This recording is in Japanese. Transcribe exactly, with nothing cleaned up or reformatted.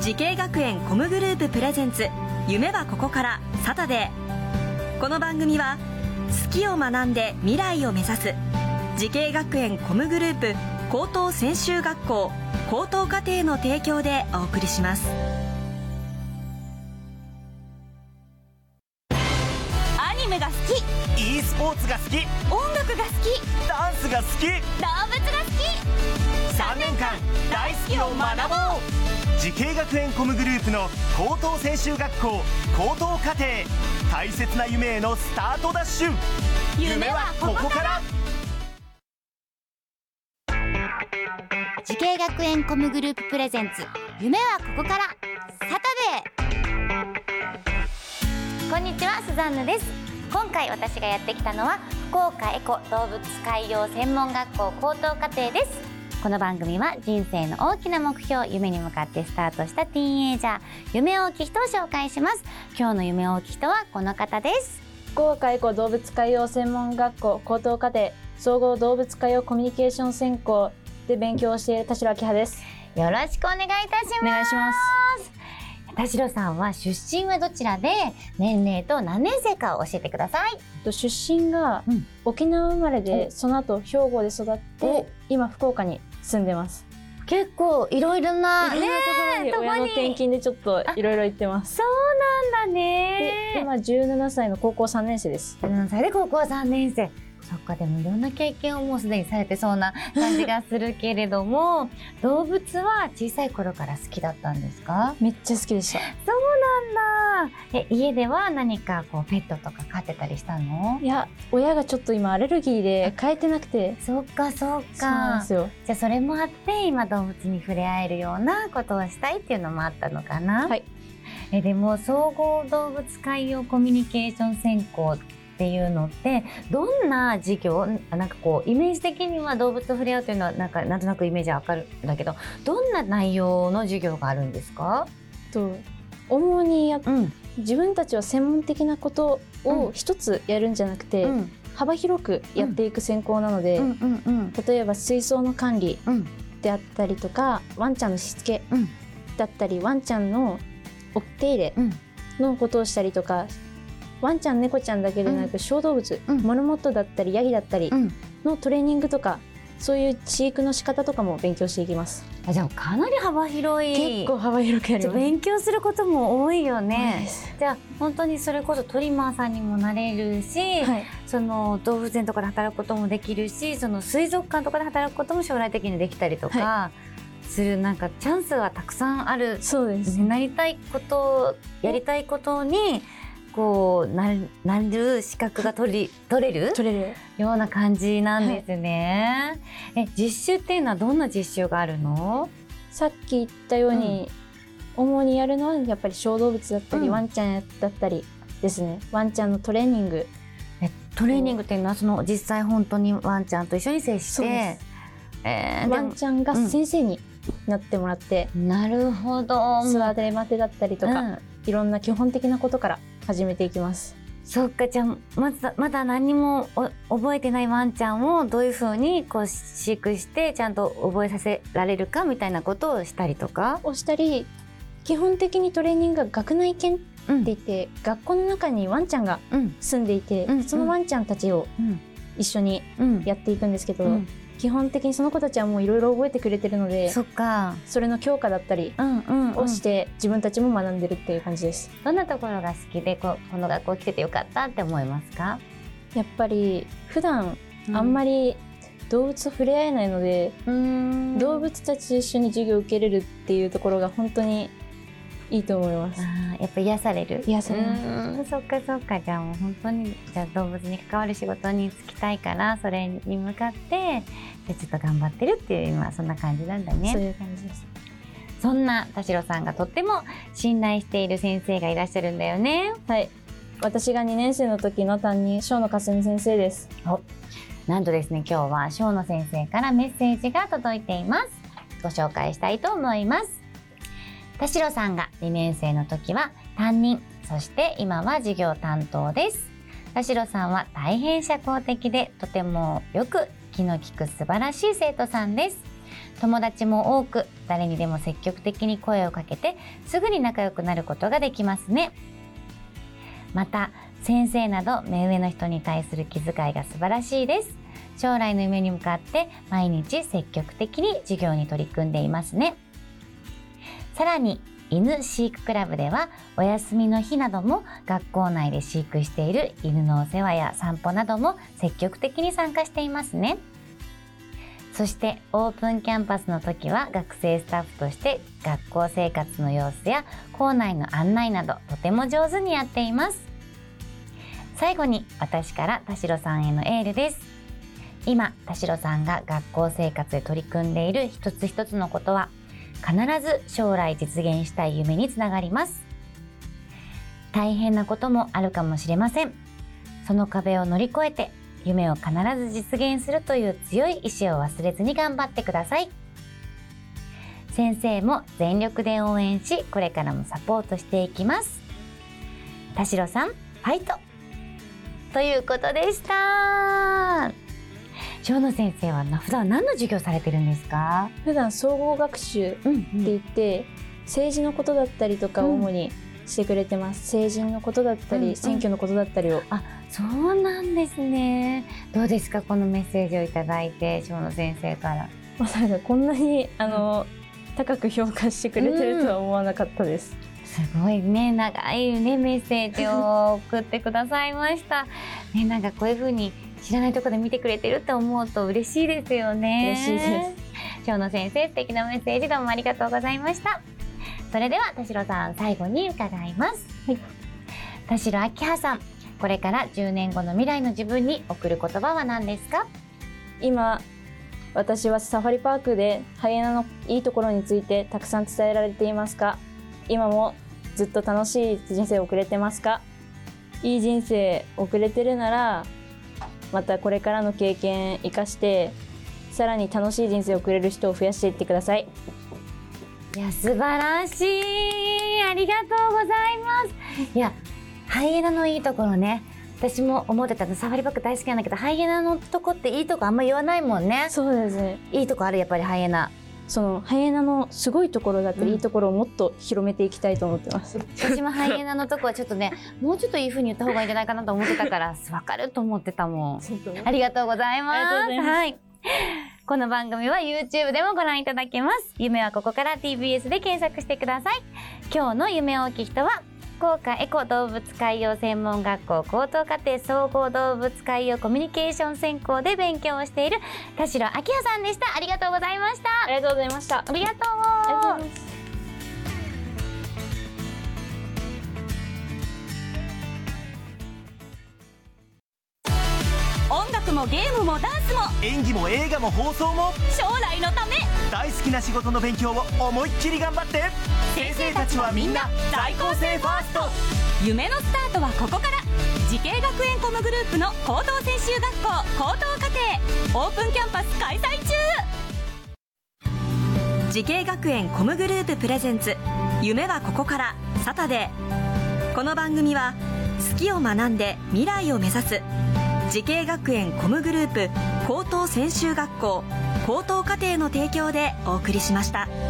時系学園コムグループプレゼンツ夢はここからサタデー。この番組は好きを学んで未来を目指す時系学園コムグループ高等専修学校高等課程の提供でお送りします。 アニメが好き、 e スポーツが好き、 音楽が好き、 ダンスが好き、 動物が好き。 さんねんかん大好きを学ぼう。時系学園コムグループの高等専修学校高等課程、大切な夢へのスタートダッシュ。夢はここから。 時系学園コムグループプレゼンツ夢はここからサタデー。こんにちは、スザンヌです。今回私がやってきたのは福岡エコ動物海洋専門学校高等課程です。この番組は人生の大きな目標、夢に向かってスタートしたティーンエイジャー、夢大きい人を紹介します。今日の夢大きい人はこの方です。 福岡エコ動物海洋専門学校高等課程総合動物海洋コミュニケーション専攻で勉強をしている田代明葉です。 よろしくお願いいたします。 お願いします。 田代さんは出身はどちらで、年齢と何年生かを教えてください。 出身が沖縄生まれで、 うん、 その後兵庫で育って今福岡に住んでます。 結構いろいろな、 いろんなところに親の転勤でちょっといろいろ行ってます。 そうなんだね。 で今じゅうななさいの高校さんねん生です。 じゅうななさいで高校さんねん生。そっか、でもいろんな経験をもうすでにされてそうな感じがするけれども動物は小さい頃から好きだったんですか？ めっちゃ好きでした。 そうなんだ。え、家では何かこうペットとか飼ってたりしたの？ いや、親がちょっと今アレルギーで飼えてなくて。 そっかそっか。 そうなんですよ。 じゃあそれもあって今動物に触れ合えるようなことをしたいっていうのもあったのかな？ はい。 え、でも総合動物海洋コミュニケーション専攻っていうのってどんな授業？なんかこうイメージ的には動物と触れ合うというのはなんかなんとなくイメージわかるんだけど、どんな内容の授業があるんですか？ と主にや、 うん、 自分たちは専門的なことを一つやるんじゃなくて、うん、幅広くやっていく専攻なので、うんうんうん、例えば水槽の管理であったりとか、うん、ワンちゃんのしつけだったり、ワンちゃんのお手入れのことをしたりとか、ワンちゃん猫ちゃんだけでなく、うん、小動物、うん、モルモットだったりヤギだったりのトレーニングとか、そういう飼育の仕方とかも勉強していきます。 あ、じゃあかなり幅広い。 結構幅広くやります。 勉強することも多いよね。じゃあ本当にそれこそトリマーさんにもなれるし、はい、その動物園とかで働くこともできるし、その水族館とかで働くことも将来的にできたりとか、はい、するなんかチャンスはたくさんある。 そうです、ね、 なりたいことやりたいことにこう な, なる資格が取り取れる取れるような感じなんですね。はい、え、実習っていうのはどんな実習があるの？ さっき言ったように、うん、主にやるのはやっぱり小動物だったり、うん、ワンちゃんだったりですね。ワンちゃんのトレーニング。 え、トレーニングっていうのはその実際本当にワンちゃんと一緒に接して、 えー、ワンちゃんが先生になってもらって、 うん、なるほど。 育て待てだったりとか、うん、いろんな基本的なことから始めていきます。 そっか、じゃあまだまだ何も覚えてないワンちゃんをどういうふうにこう飼育してちゃんと覚えさせられるかみたいなことをしたりとかをしたり、基本的にトレーニングが学内犬って言って、うん、学校の中にワンちゃんが住んでいて、うん、そのワンちゃんたちを一緒にやっていくんですけど、うんうん、基本的にその子たちはもういろいろ覚えてくれてるので、 そっか、 それの強化だったりをして自分たちも学んでるっていう感じです。 どんなところが好きで こ, この学校来ててよかったって思いますか？ やっぱり普段あんまり動物と触れ合えないので、うん、動物たちと一緒に授業を受けれるっていうところが本当にいいと思います。 あ、やっぱ癒される。 癒されます。 うん、そっかそっか。じゃあもう本当にじゃあ動物に関わる仕事に就きたいから、それに向かってじゃちょっと頑張ってるっていう今そんな感じなんだね。 そういう感じです。 そんな田代さんがとっても信頼している先生がいらっしゃるんだよね。 はい。私がにねん生の時の担任、生野かすみ先生です。 お、なんとですね、今日は生野先生からメッセージが届いています。ご紹介したいと思います。田代さんがにねん生の時は担任、そして今は授業担当です。田代さんは大変社交的でとてもよく気の利く素晴らしい生徒さんです。 友達も多く、誰にでも積極的に声をかけてすぐに仲良くなることができますね。また先生など目上の人に対する気遣いが素晴らしいです。将来の夢に向かって毎日積極的に授業に取り組んでいますね。さらに犬飼育クラブではお休みの日なども学校内で飼育している犬のお世話や散歩なども積極的に参加していますね。そしてオープンキャンパスの時は学生スタッフとして学校生活の様子や校内の案内などとても上手にやっています。最後に私から田代さんへのエールです。今田代さんが学校生活で取り組んでいる一つ一つのことは必ず将来実現したい夢につながります。大変なこともあるかもしれません。その壁を乗り越えて夢を必ず実現するという強い意志を忘れずに頑張ってください。先生も全力で応援し、これからもサポートしていきます。田代さん、ファイトということでした。生野先生は普段何の授業されてるんですか？ 普段総合学習って言って、うんうん、政治のことだったりとかを主にしてくれてます、うん、成人のことだったり、うんうん、選挙のことだったりを。 あ、そうなんですね。どうですか、このメッセージをいただいて生野先生から。 まさかこんなにあの、うん、高く評価してくれてるとは思わなかったです、 うん、すごいね、長いねメッセージを送ってくださいましたね。なんかこういう風に知らないところで見てくれてるって思うと嬉しいですよね。 嬉しいです。 生野先生、素敵なメッセージどうもありがとうございました。それでは田代さん、最後に伺います、はい、田代明葉さん、これからじゅうねんごの未来の自分に贈る言葉は何ですか？ 今私はサファリパークでハイエナのいいところについてたくさん伝えられていますか？今もずっと楽しい人生を送れてますか？いい人生送れてるなら、またこれからの経験生かしてさらに楽しい人生を送れる人を増やしていってください。 いや、素晴らしい、ありがとうございます。いや、ハイエナのいいところね、私も思ってたの。サファリパーク大好きなんだけど、ハイエナのとこっていいとこあんま言わないもんね。 そうですね。 いいとこある、やっぱりハイエナ。 そのハイエナのすごいところだったり、うん、いいところをもっと広めていきたいと思ってます。 私もハイエナのとこはちょっとね、もうちょっといい風に言った方がいいんじゃないかなと思ってたから分かると思ってたもん。ありがとうございます。 ありがとうございます。 はい、この番組は YouTube でもご覧いただけます。夢はここから ティービーエス で検索してください。今日の夢大きい人は福岡エコ動物海洋専門学校高等課程総合動物海洋コミュニケーション専攻で勉強をしている田代明葉さんでした。ありがとうございました。 ありがとうございました。 ありがとう。 ありがとうございます。 音楽もゲームもダンスも演技も映画も放送も将来のため、 大好きな仕事の勉強を思いっきり頑張って。先生たちはみんな在校生ファースト。 夢のスタートはここから。慈恵学園コムグループの高等専修学校高等課程オープンキャンパス開催中。慈恵学園コムグループプレゼンツ夢はここからサタデー。この番組は好きを学んで未来を目指す慈恵学園コムグループ高等専修学校高等課程の提供でお送りしました。